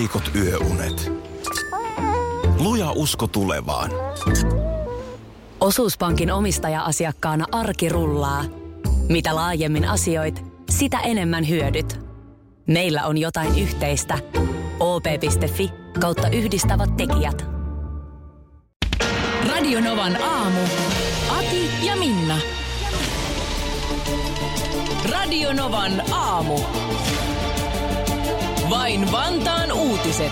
heikot yöunet. Luja usko tulevaan. Osuuspankin omistaja-asiakkaana arki rullaa. Mitä laajemmin asioit, sitä enemmän hyödyt. Meillä on jotain yhteistä. op.fi/yhdistävät tekijät. Radio Novan aamu. Ati ja Minna. Radio Novan aamu. Vain Vantaan uutiset.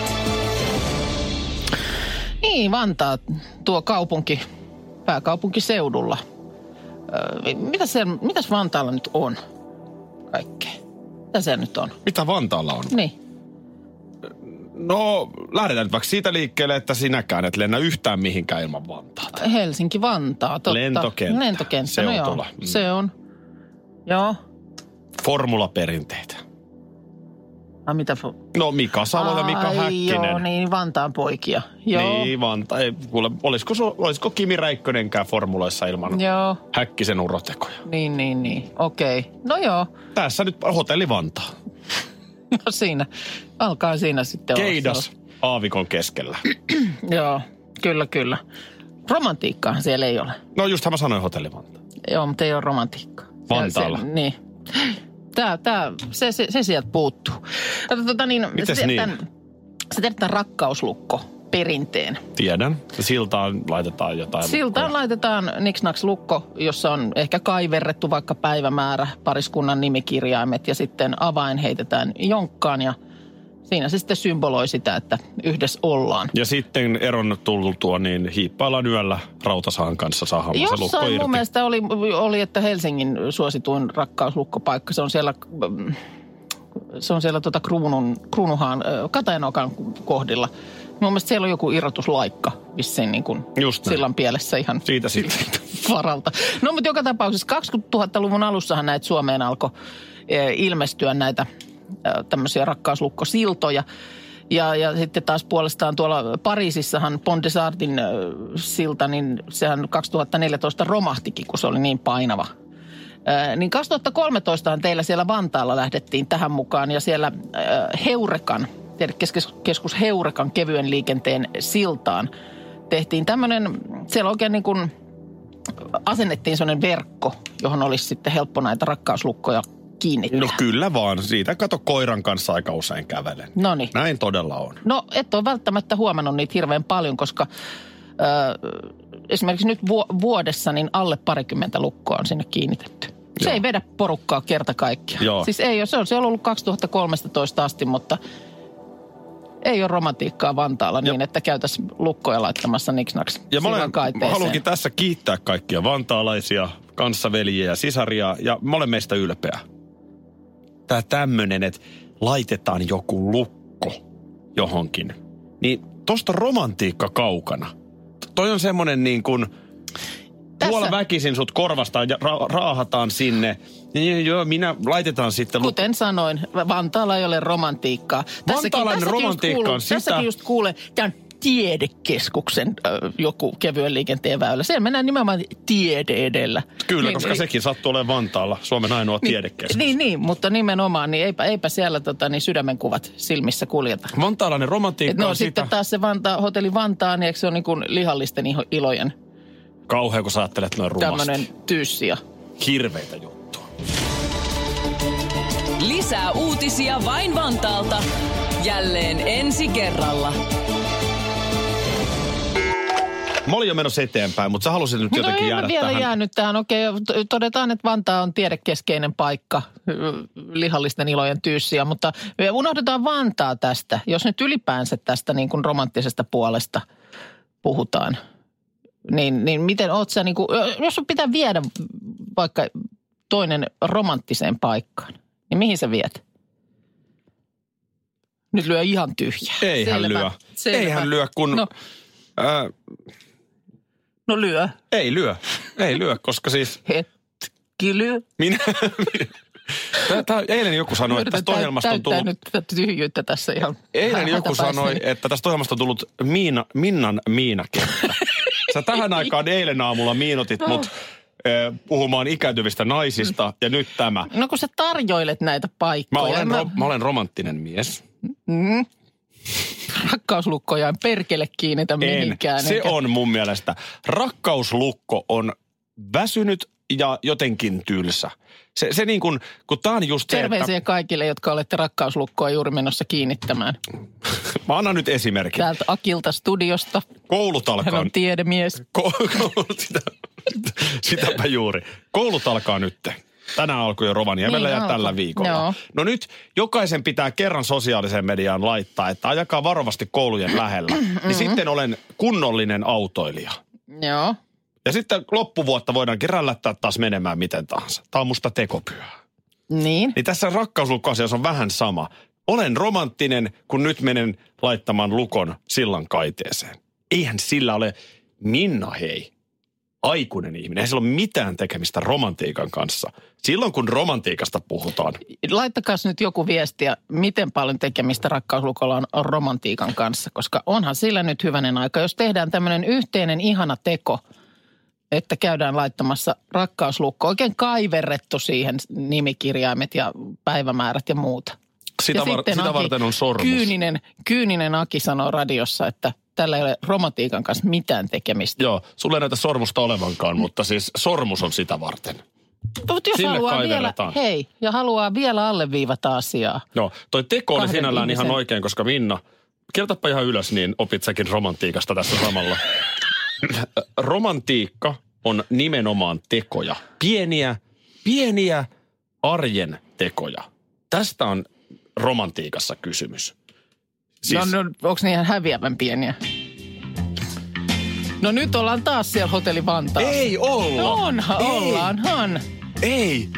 Niin, Vantaa, tuo kaupunki, pääkaupunkiseudulla. Mitäs Vantaalla nyt on kaikkea? Mitä se nyt on? Mitä Vantaalla on? Niin. No, lähdetään nyt vaikka siitä liikkeelle, että sinäkään et lennä yhtään mihinkään ilman Vantaata. Helsinki-Vantaa, totta. Lentokenttä, Seutulla. No joo, se on. Joo. Formulaperinteitä. Mitä? No Mika Salo ja Mika Häkkinen. Joo, niin Vantaan poikia. Joo. Niin, kuule, olisiko Kimi Räikkkönenkään formuloissa ilman Häkkisen urotekoja? Niin. Okei. No joo. Tässä nyt hotelli Vantaa. No siinä. Alkaa siinä sitten Keidas aavikon keskellä. Joo, kyllä. Romantiikkaahan siellä ei ole. No justhan mä sanoin hotelli Vantaa. Joo, mutta ei ole romantiikkaa. Vantaalla. Niin. Se sieltä puuttuu. Mites niin? Sä tiedät tämän rakkauslukko perinteen. Tiedän. Siltaan laitetaan jotain Siltaan laitetaan niksnaks lukko, jossa on ehkä kaiverrettu vaikka päivämäärä, pariskunnan nimikirjaimet ja sitten avain heitetään jonkkaan ja siinä se sitten symboloi sitä, että yhdessä ollaan. Ja sitten eron tultua, niin hiippaillaan yöllä Rautasahan kanssa sahamaan se lukko Jossain irti. mun mielestä oli, että Helsingin suosituin rakkauslukkopaikka, se on siellä Kruunuhaan, Katajanokan kohdilla. Mun mielestä siellä on joku irrotuslaikka vissiin niin kuin sillan pielessä ihan siitä varalta. No mutta joka tapauksessa 2000-luvun alussahan näitä Suomeen alkoi ilmestyä näitä tämmöisiä rakkauslukkоsiltoja. Ja sitten taas puolestaan tuolla Pariisissahan Pont des Artin silta, niin sehän 2014 romahtikin, kun se oli niin painava. Niin 2013 teillä siellä Vantaalla lähdettiin tähän mukaan ja siellä Heurekan, tiedekeskus Heurekan kevyen liikenteen siltaan tehtiin tämmöinen, siellä oikein niin kuin asennettiin sellainen verkko, johon olisi sitten helppo näitä rakkauslukkoja kiinnittää. No kyllä vaan, siitä kato koiran kanssa aika usein kävelen. Noniin. Näin todella on. No et ole välttämättä huomannut niitä hirveän paljon, koska esimerkiksi nyt vuodessa niin alle 20 lukkoa on sinne kiinnitetty. Se ei vedä porukkaa kerta kaikkiaan. Joo. Siis ei ole, se on siellä ollut 2013 asti, mutta ei ole romantiikkaa Vantaalla niin, että käytäisiin lukkoja laittamassa niksnaks sillan kaiteeseen. Mä haluankin tässä kiittää kaikkia vantaalaisia, kanssaveljiä ja sisaria, ja mä olen meistä ylpeä. Tää tämmönen, että laitetaan joku lukko johonkin, niin tosta romantiikka kaukana. Toi on semmonen niin kuin tuolla väkisin sut korvastaan ja raahataan sinne. Joo, minä laitetaan sitten. Kuten sanoin, Vantaalla ei ole romantiikkaa. Vantaalainen romantiikka on sitä. Tässäkin just kuulee, tämä on tiedekeskuksen joku kevyen liikenteen väylä. Siellä mennään nimenomaan tiede edellä. Kyllä, koska sekin sattuu olemaan Vantaalla, Suomen ainoa tiedekeskus. Niin, mutta nimenomaan, niin eipä siellä sydämenkuvat silmissä kuljeta. Vantaalainen romantiikka on sitä. Sitten taas se hotelli Vantaa, niin eikö se ole niin kuin lihallisten ilojen? Kauhea, kun sä ajattelet noin rumasti. Tämmöinen tyyssiä. Hirveitä juttua. Lisää uutisia vain Vantaalta. Jälleen ensi kerralla. Mä olin jo menossa eteenpäin, mutta sä halusit nyt jotenkin jäädä vielä tähän. Jäänyt tähän. Okei, todetaan, että Vantaa on tiedekeskeinen paikka, lihallisten ilojen tyyssiä, mutta unohdetaan Vantaa tästä. Jos nyt ylipäänsä tästä niin kuin romanttisesta puolesta puhutaan, niin miten oot sä, niin kuin, jos sun pitää viedä vaikka toinen romanttiseen paikkaan, niin mihin sä viet? Nyt lyö ihan tyhjää. Eihän lyö, kun... No lyö. Ei lyö, koska siis... Hetki lyö. Eilen joku sanoi, että tästä ohjelmasta on tullut... nyt tyhjyyttä tässä ihan... Eilen joku sanoi, että tästä ohjelmasta on tullut Minnan miinakenttä. Sä tähän aikaan eilen aamulla miinotit mut puhumaan ikääntyvistä naisista ja nyt tämä. No kun sä tarjoilet näitä paikkoja. Mä olen romanttinen mies. rakkauslukkoja perkele kiinnitä mihinkään. Se on mun mielestä. Rakkauslukko on väsynyt ja jotenkin tylsä. Se niin kuin, kun tää on just se, terveisiä kaikille, jotka olette rakkauslukkoa juuri menossa kiinnittämään. Mä annan nyt esimerkin. Täältä Akilta studiosta. Koulut alkaa. Hän on tiedemies. Sitäpä juuri. Koulut alkaa nyt. Tänään alkoi jo Rovaniemellä ja tällä viikolla. Joo. No nyt jokaisen pitää kerran sosiaaliseen mediaan laittaa, että ajakaa varovasti koulujen lähellä. Niin sitten olen kunnollinen autoilija. Joo. Ja sitten loppuvuotta voidaankin rällättää taas menemään miten tahansa. Tämä on musta tekopyhä. Niin. Niin tässä rakkauslukkoasiassa on vähän sama. Olen romanttinen, kun nyt menen laittamaan lukon sillan kaiteeseen. Eihän sillä ole, Minna hei, aikuinen ihminen. Eihän sillä ole mitään tekemistä romantiikan kanssa. Silloin kun romantiikasta puhutaan. Laittakaa nyt joku viestiä, miten paljon tekemistä rakkauslukolla on romantiikan kanssa. Koska onhan sillä nyt hyvänen aika, jos tehdään tämmöinen yhteinen ihana teko, että käydään laittamassa rakkauslukko. Oikein kaiverrettu siihen nimikirjaimet ja päivämäärät ja muuta. Sitä varten on sormus. Kyyninen Aki sanoo radiossa, että tällä ei ole romantiikan kanssa mitään tekemistä. Joo, sulla ei näitä sormusta olevankaan, mutta siis sormus on sitä varten. Mutta jos haluaa vielä alleviivata asiaa. No, toi teko oli sinällään ihan oikein, koska Minna, kirjoitapa ihan ylös, niin opit säkin romantiikasta tässä samalla. Romantiikka on nimenomaan tekoja. Pieniä arjen tekoja. Tästä on romantiikassa kysymys. Siis... No, onko ne ihan häviävän pieniä? No nyt ollaan taas siellä Hotelli Vantaalla. Ei olla. Ollaanhan. Ei.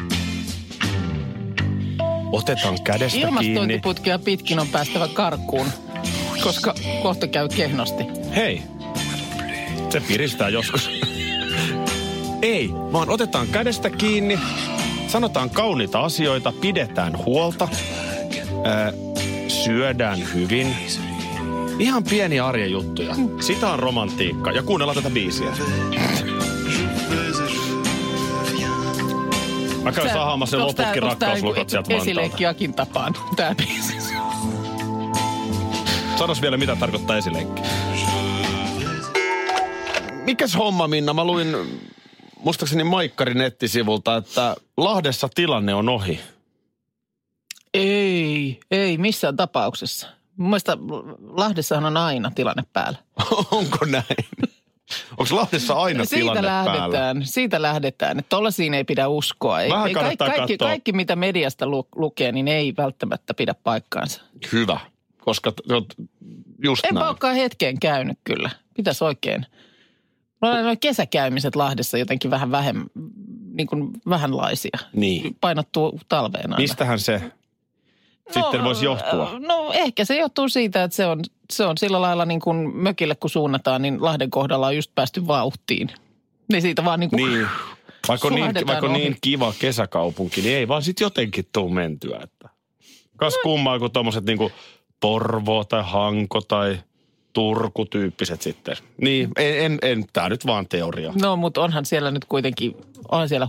Otetaan kädestä kiinni. Ilmastointiputkea pitkin on päästävä karkuun, koska kohta käy kehnosti. Hei. Se piristää joskus. Ei, vaan otetaan kädestä kiinni, sanotaan kauniita asioita, pidetään huolta, syödään hyvin. Ihan pieniä arjen juttuja. Sitä on romantiikka. Ja kuunnellaan tätä biisiä. Mä käyn sahaamassa ne loputkin rakkauslukot sieltä Vantaalta. Esileikki Akin tapaan, tää biisi. Sanos vielä, mitä tarkoittaa esileikki. Mikäs homma, Minna? Mä luin muistaakseni Maikkarin nettisivulta, että Lahdessa tilanne on ohi. Ei missään tapauksessa. Mun mielestä Lahdessahan on aina tilanne päällä. Onko näin? Onko Lahdessa aina tilanne päällä? Siitä lähdetään. Että tollaisiin ei pidä uskoa. Vähän kannattaa katsoa. Kaikki, mitä mediasta lukee, niin ei välttämättä pidä paikkaansa. Hyvä, koska just en näin. En olekaan hetkeen käynyt kyllä. Pitäisi oikein. Nuo kesäkäymiset Lahdessa jotenkin vähän vähemmän, niin kuin vähänlaisia. Niin. Painottuu talveen aina. Mistähän se sitten voisi johtua? No ehkä se johtuu siitä, että se on sillä lailla niin kuin mökille kun suunnataan, niin Lahden kohdalla on just päästy vauhtiin. Niin siitä vaan niin kuin niin. Vaikka niin kiva kesäkaupunki, niin ei vaan sitten jotenkin tule mentyä. Että kas kummaa, kun tommoset niin kuin Porvoo tai Hanko tai Turku-tyyppiset sitten. Niin, tää nyt vaan teoria. No, mutta onhan siellä nyt kuitenkin, onhan siellä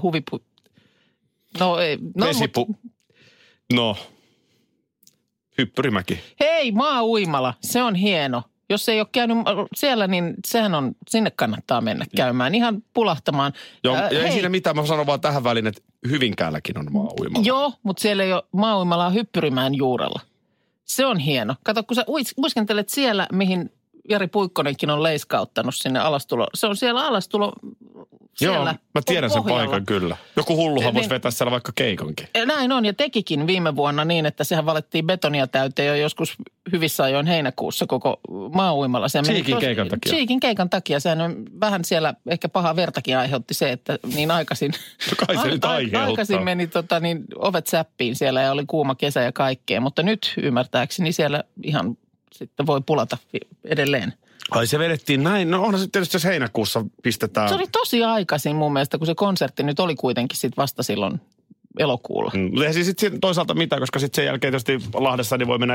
Hyppyrimäki. Hei, Maa-uimala, se on hieno. Jos ei ole käynyt siellä, niin sehän on, sinne kannattaa mennä käymään, ihan pulahtamaan. Joo, ei siinä mitään, mä sanon vaan tähän väliin, että Hyvinkäälläkin on Maa-uimala. Joo, mutta siellä ei ole Maa-uimalaa Hyppyrimään juurella. Se on hieno. Kato, kun sä uiskentelet siellä, mihin Jari Puikkonenkin on leiskauttanut sinne alastulo. Se on siellä alastulo siellä. Joo, mä tiedän sen pohjalla. paikan kyllä. Joku hulluhan voisi vetää siellä vaikka keikankin. Näin on, ja tekikin viime vuonna niin, että sehän valettiin betonia täyteen jo joskus hyvissä ajoin heinäkuussa koko Maa-uimalla. Cheekin keikan takia. Sehän on vähän siellä ehkä pahaa vertakin aiheutti se, että niin aikaisin. Kai se nyt aiheuttaa. Aikaisin meni ovet säppiin siellä ja oli kuuma kesä ja kaikkea, mutta nyt ymmärtääkseni siellä ihan sitten voi pulata edelleen. Ai se vedettiin näin. No onhan se tietysti, jos heinäkuussa pistetään. Se oli tosi aikaisin mun mielestä, kun se konsertti nyt oli kuitenkin sitten vasta silloin elokuulla. Ja siis sitten toisaalta mitään, koska sitten sen jälkeen tietysti Lahdessa niin voi mennä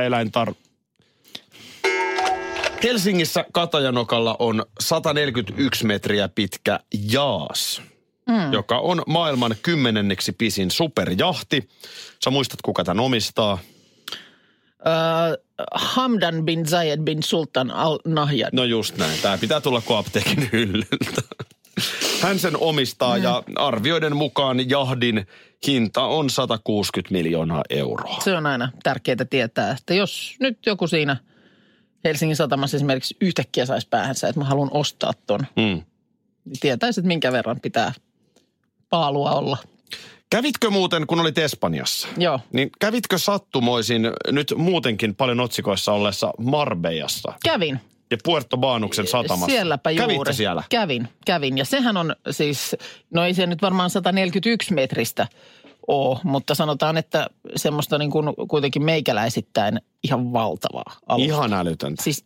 Helsingissä Katajanokalla on 141 metriä pitkä jaas, joka on maailman 10. pisin superjahti. Sä muistat, kuka tämän omistaa? Hamdan bin Zayed bin Sultan Al Nahyan. No just näin. Tämä pitää tulla kuin apteekin hyllyltä. Hän sen omistaa ja arvioiden mukaan jahdin hinta on 160 miljoonaa euroa. Se on aina tärkeää tietää, että jos nyt joku siinä Helsingin Satamassa esimerkiksi yhtäkkiä saisi päähänsä, että mä haluan ostaa ton, niin tietäisit, että minkä verran pitää paalua olla. Kävitkö muuten, kun olit Espanjassa? Joo. Niin kävitkö sattumoisin nyt muutenkin paljon otsikoissa ollessa Marbellassa? Kävin. Ja Puerto Banuksen satamassa. Sielläpä juuri. Kävitkö siellä? Kävin. Ja sehän on siis, no ei se nyt varmaan 141 metristä ole, mutta sanotaan, että semmoista niin kuin kuitenkin meikäläisittäin ihan valtavaa alusta. Ihan älytöntä. Siis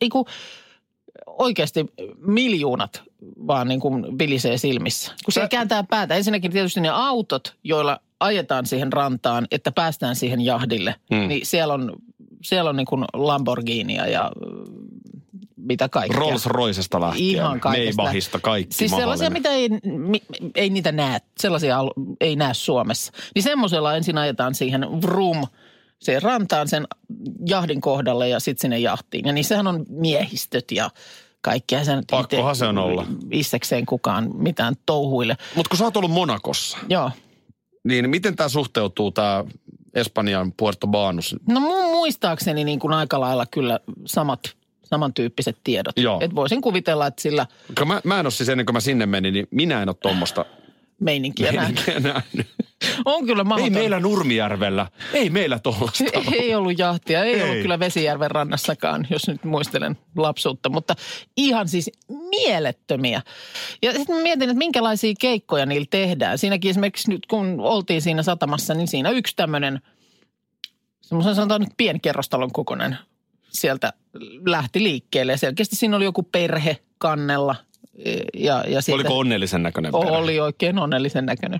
oikeasti miljoonat vaan niin kuin vilisee silmissä. Kun se kääntää päätä. Ensinnäkin tietysti ne autot, joilla ajetaan siihen rantaan, että päästään siihen jahdille, niin siellä on niin kuin Lamborghinia ja mitä kaikkea. Rolls-Roycesta lähtien, ihan Maybachista, kaikki siis sellaisia, mitä ei niitä näe, sellaisia ei näe Suomessa. Niin semmoisella ensin ajetaan siihen vrum, se rantaan sen jahdin kohdalle ja sitten sinne jahtiin. Ja niin sehän on miehistöt ja kaikkea. Pakkohan se on olla. Issekseen kukaan mitään touhuille. Mutta kun sä oot ollut Monacossa, joo, niin miten tämä suhteutuu tämä Espanjan Puerto Banus? No mun muistaakseni niin kuin aika lailla kyllä samantyyppiset tiedot. Että voisin kuvitella, että sillä... Mä en ole siis ennen kuin mä sinne menin, niin minä en ole tuommoista meininkiä nähnyt. On kyllä mahdoton. Ei meillä Nurmijärvellä, ei meillä tollaista. Ei ollut jahtia, ei ollut kyllä Vesijärven rannassakaan, jos nyt muistelen lapsuutta. Mutta ihan siis mielettömiä. Ja sitten mietin, että minkälaisia keikkoja niillä tehdään. Siinäkin esimerkiksi nyt, kun oltiin siinä satamassa, niin siinä yksi tämmöinen, semmoisen sanotaan nyt pienkerrostalon kokoinen, sieltä lähti liikkeelle. Ja selkeästi siinä oli joku perhe kannella. Ja siitä, oliko onnellisen näköinen perhe? Oli oikein onnellisen näköinen.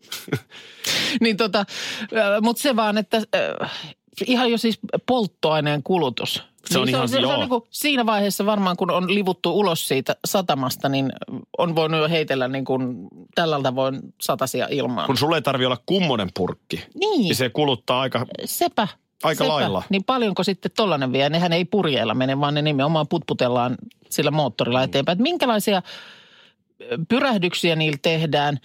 Niin mutta se vaan, että ihan jo siis polttoaineen kulutus. Se on ihan, se on niin kuin siinä vaiheessa varmaan, kun on livuttu ulos siitä satamasta, niin on voinut jo heitellä niin kuin tällä tavoin satasia ilmaan. Kun sulle ei tarvitse olla kummonen purkki, niin se kuluttaa Sepä. lailla. Niin paljonko sitten tollainen vie? Nehän ei purjeilla mene, vaan ne nimenomaan putputellaan sillä moottorilla eteenpäin. Että minkälaisia pyrähdyksiä niillä tehdään.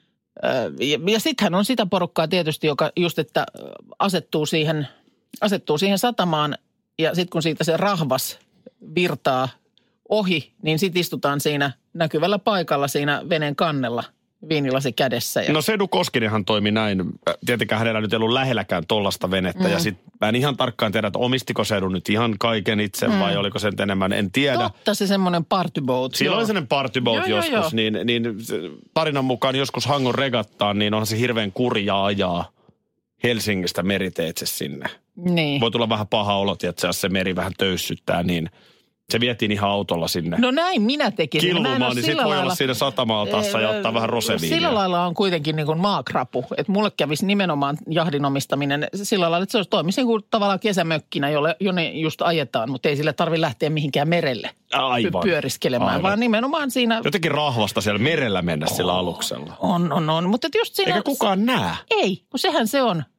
Ja sittenhän on sitä porukkaa tietysti, joka just, että asettuu siihen satamaan ja sitten kun siitä se rahvas virtaa ohi, niin sitten istutaan siinä näkyvällä paikalla siinä veneen kannella viinilasi kädessä. No Sedu Koskinenhan toimi näin. Tietenkään hänellä nyt ei ollut lähelläkään tollasta venettä. Ja sitten mä en ihan tarkkaan tiedä, että omistiko Sedu nyt ihan kaiken itse vai oliko se enemmän, en tiedä. Totta, se semmoinen partyboat. Silloin oli semmoinen partyboat joskus, niin tarinan mukaan joskus Hangon regattaan, niin onhan se hirveän kurja ajaa Helsingistä meriteitse sinne. Niin. Voi tulla vähän paha olo, että se meri vähän töyssyttää, niin se vietiin ihan autolla sinne. No näin minä tekisin. Killumaan, niin sit voi olla siinä satama-altassa ja ottaa vähän roseviiniä. Sillä lailla on kuitenkin niin kuin maakrapu. Että mulle kävisi nimenomaan jahdin omistaminen sillä lailla, että se toimisi niin kuin tavallaan kesämökkinä, jonne just ajetaan, mutta ei sillä tarvitse lähteä mihinkään merelle pyöriskelemään, vaan nimenomaan siinä. Jotenkin rahvasta siellä merellä mennä sillä aluksella. On. Mutta just siinä. Eikä kukaan näe. Ei, kun sehän se on.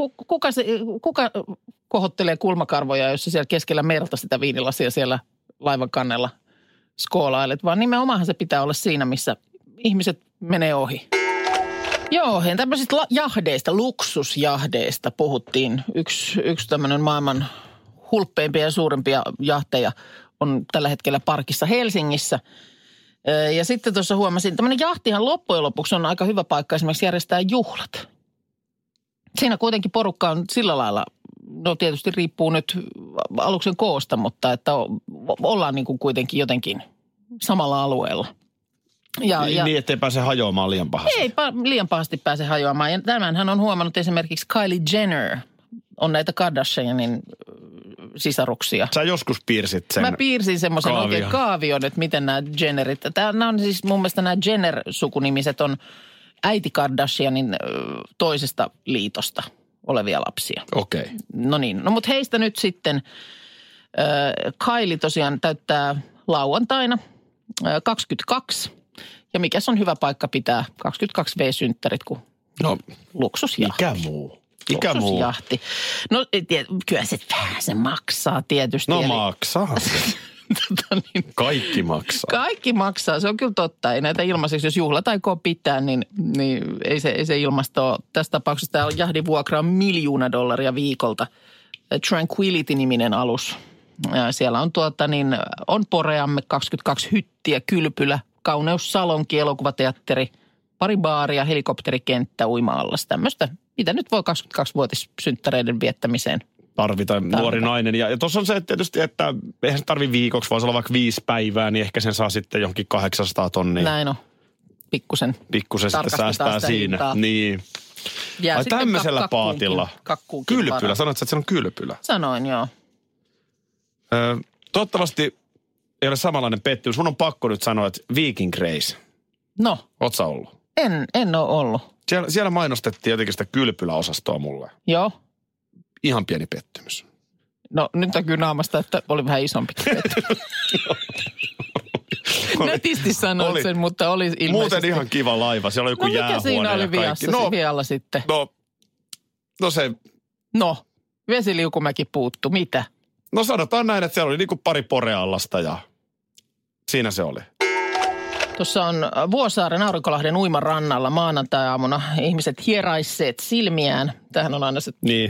Kuka kohottelee kulmakarvoja, jos siellä keskellä merta sitä viinilasia siellä laivan kannella skoolailet, vaan nimenomaan se pitää olla siinä, missä ihmiset menee ohi. Joo, ja tämmöisistä jahdeista, luksusjahdeista puhuttiin. Yksi tämmöinen maailman hulppeimpia ja suurimpia jahteja on tällä hetkellä parkissa Helsingissä. Ja sitten tuossa huomasin, tämmöinen jahtihan loppujen lopuksi on aika hyvä paikka esimerkiksi järjestää juhlat. Siinä kuitenkin porukka on sillä lailla, no tietysti riippuu nyt aluksen koosta, mutta että ollaan niin kuin kuitenkin jotenkin samalla alueella. Niin, ettei pääse hajoamaan liian pahasti. Ei liian pahasti pääse hajoamaan. Ja tämänhän on huomannut esimerkiksi Kylie Jenner, on näitä Kardashianin sisaruksia. Sä joskus piirsit sen. Mä piirsin semmoisen oikein kaavion, että miten nämä Jennerit. Nämä on siis mun mielestä nämä Jenner-sukunimiset on äiti Kardashianin toisesta liitosta olevia lapsia. Okei. Okay. No niin, no mutta heistä nyt sitten Kylie tosiaan täyttää lauantaina 22. Ja mikäs on hyvä paikka pitää 22 V-synttärit kuin luksusjahti. Mikä muu? Mikä muu? Luksusjahti. No kyllä se maksaa tietysti. No maksaa. Kaikki maksaa. Kaikki maksaa, se on kyllä totta. Ei näitä ilmaiseksi, jos juhlataikoa pitää, niin ei se ilmasto ole. Tässä tapauksessa tämä jahdin vuokra on $1 miljoona viikolta. Tranquility-niminen alus. Ja siellä on on Poreamme 22 hyttiä, kylpylä, kauneussalonki, elokuvateatteri, pari baaria, helikopterikenttä, uima-allas. Tämmöistä, mitä nyt voi 22-vuotissynttäreiden viettämiseen. Tarvitaan nuori nainen. Ja tuossa on se että tietysti, että eihän se tarvitse viikoksi, voisi olla vaikka 5 päivää, niin ehkä sen saa sitten johonkin 800 tonnia. Näin on. Pikkusen sitten säästää siinä. Hintaa. Niin. Ja ai tämmöisellä paatilla. Kylpylä. Varaa. Sanoit, että se on kylpylä. Sanoin, joo. Toivottavasti ei ole samanlainen pettymys. Mun on pakko nyt sanoa, että Viking Grace. No. Oot sä ollut? En ole ollut. Siellä mainostettiin jotenkin sitä kylpyläosastoa mulle. Joo. Ihan pieni pettymys. No nyt näkyy naamasta, että oli vähän isompi pettymys. Nätisti sanoit sen, mutta oli ilmeisesti. Muuten ihan kiva laiva. Siellä oli joku jäähuone ja kaikki. Mikä siinä oli viassa vielä sitten? No se... No, vesiliukumäki puuttu. Mitä? No sanotaan näin, että siellä oli niinku pari poreallasta ja siinä se oli. Tuossa on Vuosaaren Aurinkolahden uimarannalla maanantai-aamuna ihmiset hieraisseet silmiään. Tämähän on aina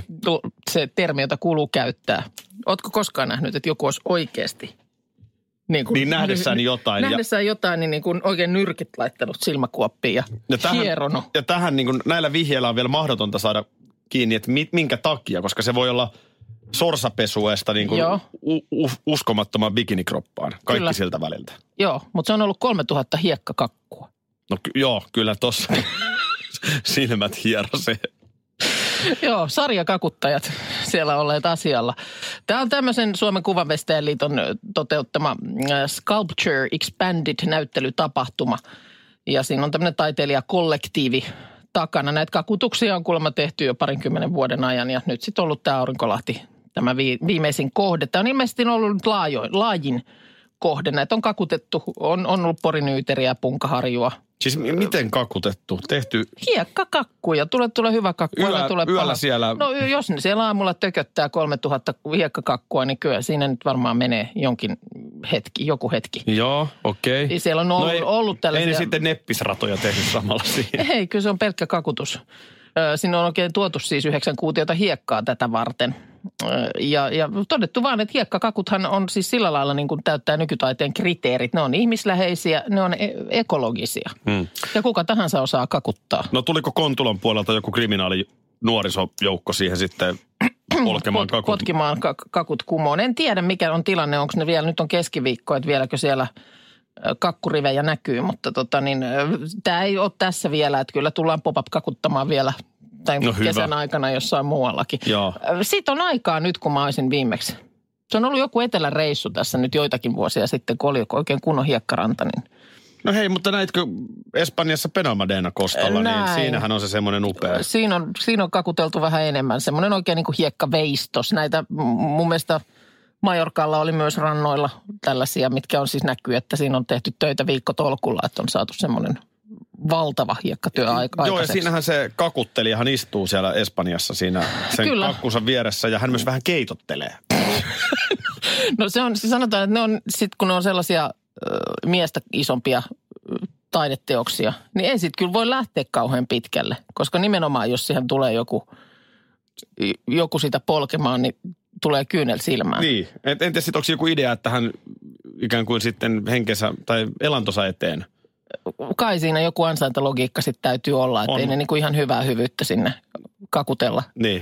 se termi, jota kuuluu käyttää. Ootko koskaan nähnyt, että joku olisi oikeasti... Niin nähdessään jotain. Nähdessään jotain, niin kuin oikein nyrkit laittanut silmäkuoppiin ja hieronut. Ja tähän niin kuin näillä vihjeillä on vielä mahdotonta saada kiinni, että minkä takia, koska se voi olla sorsapesuesta niin kuin uskomattoman bikinikroppaan. Kaikki kyllä. Siltä väliltä. Joo, mutta se on ollut 3000 hiekkakakkua. No kyllä tossa silmät hierosee. Joo, sarjakakuttajat siellä olleet asialla. Tämä on tämmöisen Suomen Kuvanveistäjän liiton toteuttama Sculpture Expanded-näyttelytapahtuma. Ja siinä on tämmöinen taiteilijakollektiivi takana. Näitä kakutuksia on kuulemma tehty jo 20 vuoden ajan ja nyt sitten ollut tämä Aurinkolahti, tämä viimeisin kohde. Tämä on ilmeisesti ollut laajin kohde. Näitä on kakutettu, on ollut porinyyteriä ja punkaharjua. Siis miten kakutettu? Tehty? Hiekkakakkuja. Tulee hyvä kakku. Yöllä siellä? No jos ne siellä aamulla tököttää 3000 hiekkakakkua, niin kyllä siinä nyt varmaan menee joku hetki. Joo, okei. Okay. Siellä on ollut tällaisia... Ei ne sitten neppisratoja tehnyt samalla siihen. Ei, kyllä se on pelkkä kakutus. Sinne on oikein tuotu siis 9 kuutiota hiekkaa tätä varten. Ja todettu vaan, että hiekkakakuthan on siis sillä lailla niin kuin täyttää nykytaiteen kriteerit. Ne on ihmisläheisiä, ne on ekologisia. Ja kuka tahansa osaa kakuttaa. No tuliko Kontulan puolelta joku kriminaali nuorisojoukko siihen sitten polkemaan kakut? Potkimaan kakut kumoon. En tiedä mikä on tilanne, onko ne vielä, nyt on keskiviikko, että vieläkö siellä kakkurivejä näkyy. Mutta tämä ei ole tässä vielä, että kyllä tullaan pop-up kakuttamaan vielä tai kesän aikana jossain muuallakin. Joo. Siitä on aikaa nyt, kun mä olisin viimeksi. Se on ollut joku eteläreissu tässä nyt joitakin vuosia sitten, kun oli oikein kunnon hiekkaranta. Niin. No hei, mutta näitkö Espanjassa Benalmadena kostalla, niin siinähän on se semmoinen upea. Siinä on kakuteltu vähän enemmän. Semmoinen oikein niin kuin hiekkaveistos. Näitä mun mielestä Majorkalla oli myös rannoilla tällaisia, mitkä on siis näkyy, että siinä on tehty töitä viikkotolkulla, että on saatu semmoinen valtava hiekkatyö aikaiseksi. Joo, ja siinähän se kakuttelijahan istuu siellä Espanjassa siinä sen kakkunsa vieressä ja hän myös vähän keitottelee. No sanotaan, että ne on sitten kun ne on sellaisia miestä isompia taideteoksia, niin ei sitten kyllä voi lähteä kauhean pitkälle, koska nimenomaan jos siihen tulee joku sitä polkemaan, niin tulee kyynel silmään. Niin, entäs sitten onko joku idea, että hän ikään kuin sitten henkensä tai elantonsa eteen? Kai siinä joku ansaintalogiikka sitten täytyy olla, että ei ne niinku ihan hyvää hyvyyttä sinne kakutella. Niin.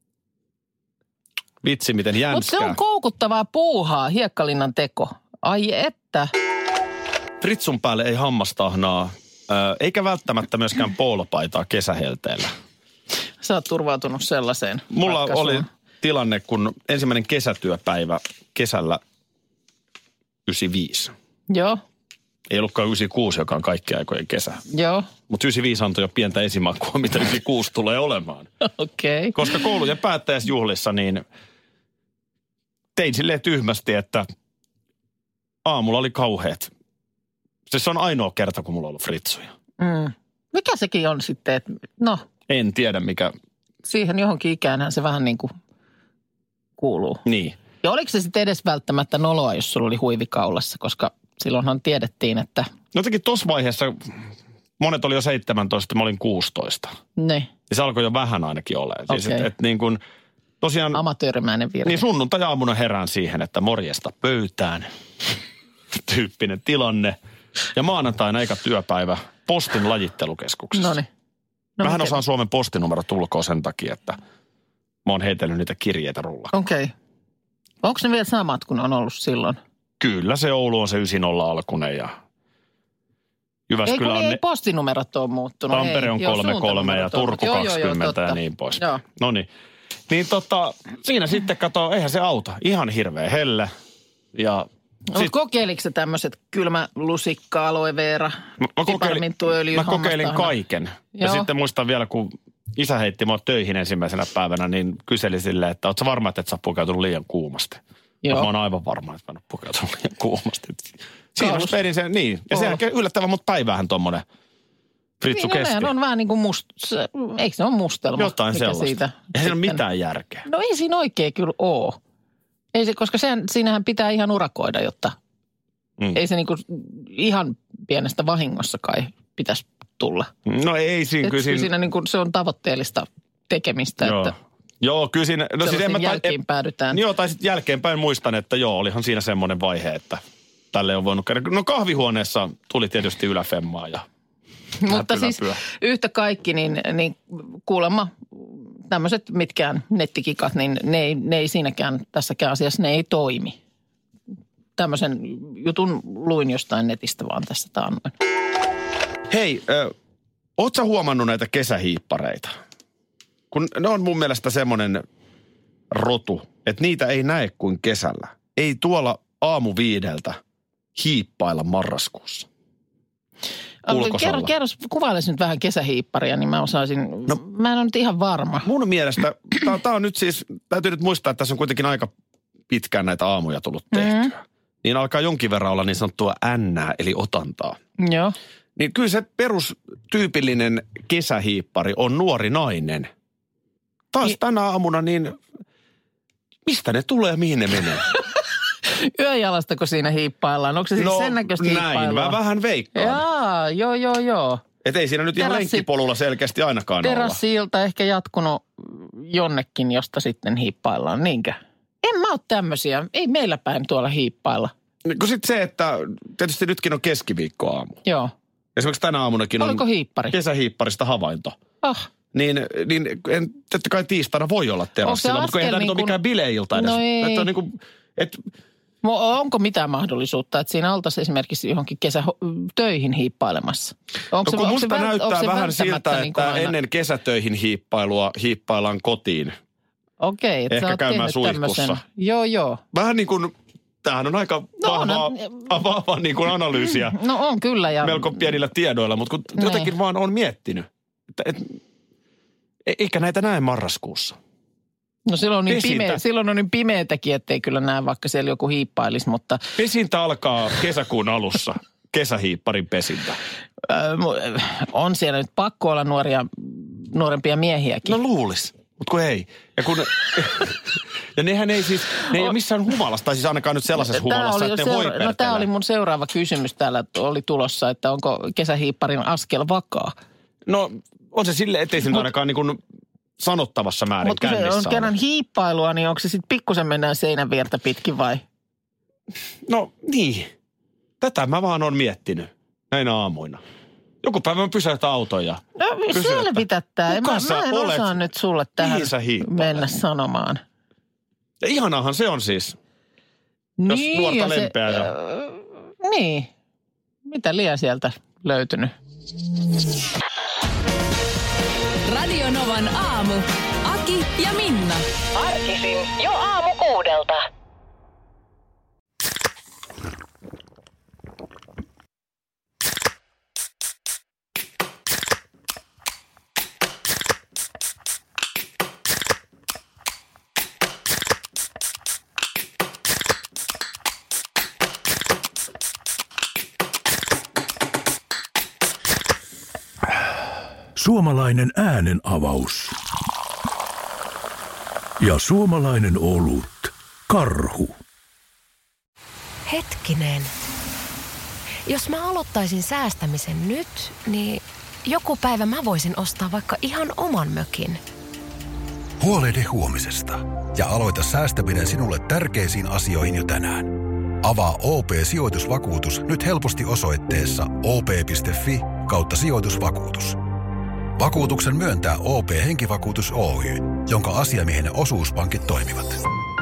Vitsi, miten jänskää. Mutta se on koukuttavaa puuhaa, hiekkalinnan teko. Ai että. Fritsun päälle ei hammastahnaa, eikä välttämättä myöskään poolopaitaa kesähelteellä. Sä oot turvautunut sellaiseen. Mulla oli tilanne, kun ensimmäinen kesätyöpäivä kesällä 95. Joo. Ei ollutkaan 96, joka on kaikkien aikojen kesä. Joo. Mutta 95 antoi jo pientä esimakua, mitä 96 tulee olemaan. Okei. Okay. Koska koulujen päättäjäisjuhlissa niin tein silleen tyhmästi, että aamulla oli kauheat. Se on ainoa kerta, kun mulla on ollut fritsuja. Mikä sekin on sitten, että no. En tiedä, mikä siihen johonkin ikäänhän se vähän niin kuin kuuluu. Niin. Ja oliko se sitten edes välttämättä noloa, jos sulla oli huivi kaulassa, koska silloinhan tiedettiin, että... Jotenkin tuossa vaiheessa, monet oli jo 17, mä olin 16. Ne. Ja se alkoi jo vähän ainakin olemaan. Siis Okei. et niin kuin, tosiaan... Amatöörimäinen virhe. Niin sunnuntai-aamuna herään siihen, että morjesta pöytään. Tyyppinen tilanne. Ja maanantaina eka työpäivä postin lajittelukeskuksessa. Noniin. Mähän osaan Suomen postinumerot ulkoa sen takia, että mä oon heitellyt niitä kirjeitä rullakaan. Okei. Onko ne vielä samat kuin on ollut silloin? Kyllä se Oulu on se 90 alkunen ja Jyväskylä on... Ei postinumerot ole muuttunut. Tampere on 33 ja Turku 20 ja niin pois. No niin. Niin siinä sitten kato, eihän se auta. Ihan hirveä helle. Ja Mutta kokeiliko sä tämmöiset kylmä lusikka, aloe vera, piparminttuöljy? Mä kokeilin kaiken. Ja sitten muistan vielä, kun isä heitti mua töihin ensimmäisenä päivänä, niin kyseli silleen, että ootko sä varma, että et sä oot pukeutunut liian kuumasti? Joo. Mä oon aivan varma, että mä en ole pukeutunut liian kuumasti. Siinä mä perin sen, niin. Ja sehän yllättävän mut päivähän tommonen fritsu kesti. Niin, on vähän niin kuin eikö se ole mustelma? Jotain sellaista. Siitä, ei siinä ole mitään järkeä. No ei siinä oikein kyllä ole. Ei se, koska siinähän pitää ihan urakoida, jotta ei se niinku ihan pienestä vahingossa kai pitäisi tulla. No ei siinä kyllä. Siinä niinku, se on tavoitteellista tekemistä, joo. Että joo, kyllä siinä. No siis jälkeen päädytään. Joo, tai sitten jälkeenpäin muistan, että joo, olihan siinä semmoinen vaihe, että tälle on voinut käydä. No kahvihuoneessa tuli tietysti yläfemmaa ja mutta siis yhtä kaikki, niin kuulemma tämmöiset mitkään nettikikat, niin ne ei siinäkään, tässäkään asiassa ne ei toimi. Tämmöisen jutun luin jostain netistä vaan tässä taannoin. Hei, ootko sä huomannut näitä kesähiippareita? Kun ne on mun mielestä semmoinen rotu, että niitä ei näe kuin kesällä. Ei tuolla 5:00 hiippailla marraskuussa. Kerro, kuvailisi nyt vähän kesähiipparia, niin mä osaisin, mä en ole nyt ihan varma. Mun mielestä, tää on nyt siis, täytyy nyt muistaa, että tässä on kuitenkin aika pitkään näitä aamuja tullut tehtyä. Niin alkaa jonkin verran olla niin sanottua ännää, eli otantaa. Joo. Niin kyllä se perustyypillinen kesähiippari on nuori nainen. Taas tänä aamuna, niin mistä ne tulee ja mihin ne menee? Yöjalastako siinä hiippaillaan? Onko se siis sen näköistä hiippailua? Näin, mä vähän veikkaan. Jaa, joo. Et ei siinä nyt ihan lenkkipolulla selkeästi ainakaan olla. Terassi-ilta ehkä jatkunut jonnekin, josta sitten hiippaillaan, niinkö? En mä oo tämmöisiä. Ei meillä päin tuolla hiippailla. Kun sitten se, että tietysti nytkin on keskiviikkoaamu. Joo. Esimerkiksi tänä aamunakin oliko hiippari? Kesähiipparista havainto. Niin totta kai tiistaina voi olla terassilla, mutta eihän tämä nyt ole mikään bileilta edes. No ei. Että on niin kuin, onko mitään mahdollisuutta, että siinä oltaisiin esimerkiksi johonkin kesätöihin hiippailemassa? Kun musta näyttää vähän siltä, niin että ennen kesätöihin hiippailua hiippaillaan kotiin. Okei, että ehkä käymään suihkussa. Joo. Vähän niin kuin, tämähän on aika vahvaa niin kuin analyysiä. No on kyllä. Ja melko pienillä tiedoilla, mutta kun jotenkin vaan on miettinyt, että eikä näitä näe marraskuussa. No silloin on niin pimeätäkin, ettei kyllä näe, vaikka siellä joku hiippailisi, mutta... Pesintä alkaa kesäkuun alussa, kesähiipparin pesintä. On siellä nyt pakko olla nuorempia miehiäkin. No luulis, mutta kun ei. Ja nehän ei siis, ne ei ole missään humalassa, tai siis ainakaan nyt sellaisessa humalassa, että ne hoipertelee. No tämä oli mun seuraava kysymys täällä, oli tulossa, että onko kesähiipparin askel vakaa? No on se sille, ettei se nyt ainakaan niin kuin sanottavassa määrin kännissä ole. Mutta kun se on kerran hiippailua, niin onko se sitten pikkusen mennään seinänviertä pitkin vai? No niin. Tätä mä vaan oon miettinyt näinä aamuina. Joku päivä mä pysäytän auton ja selvitä tää. Mä en osaa nyt sulle tähän mennä sanomaan. Ja ihanahan se on siis, jos nuorta lempeää. Niin. Mitä liian sieltä löytynyt? Radio Novan aamu. Aki ja Minna. Arkisin jo 6:00. Suomalainen äänen avaus. Ja suomalainen olut. Karhu. Hetkinen. Jos mä aloittaisin säästämisen nyt, niin joku päivä mä voisin ostaa vaikka ihan oman mökin. Huolehdi huomisesta ja aloita säästäminen sinulle tärkeisiin asioihin jo tänään. Avaa OP-sijoitusvakuutus nyt helposti osoitteessa op.fi/sijoitusvakuutus. Vakuutuksen myöntää OP-henkivakuutus Oy, jonka asiamiehen osuuspankit toimivat.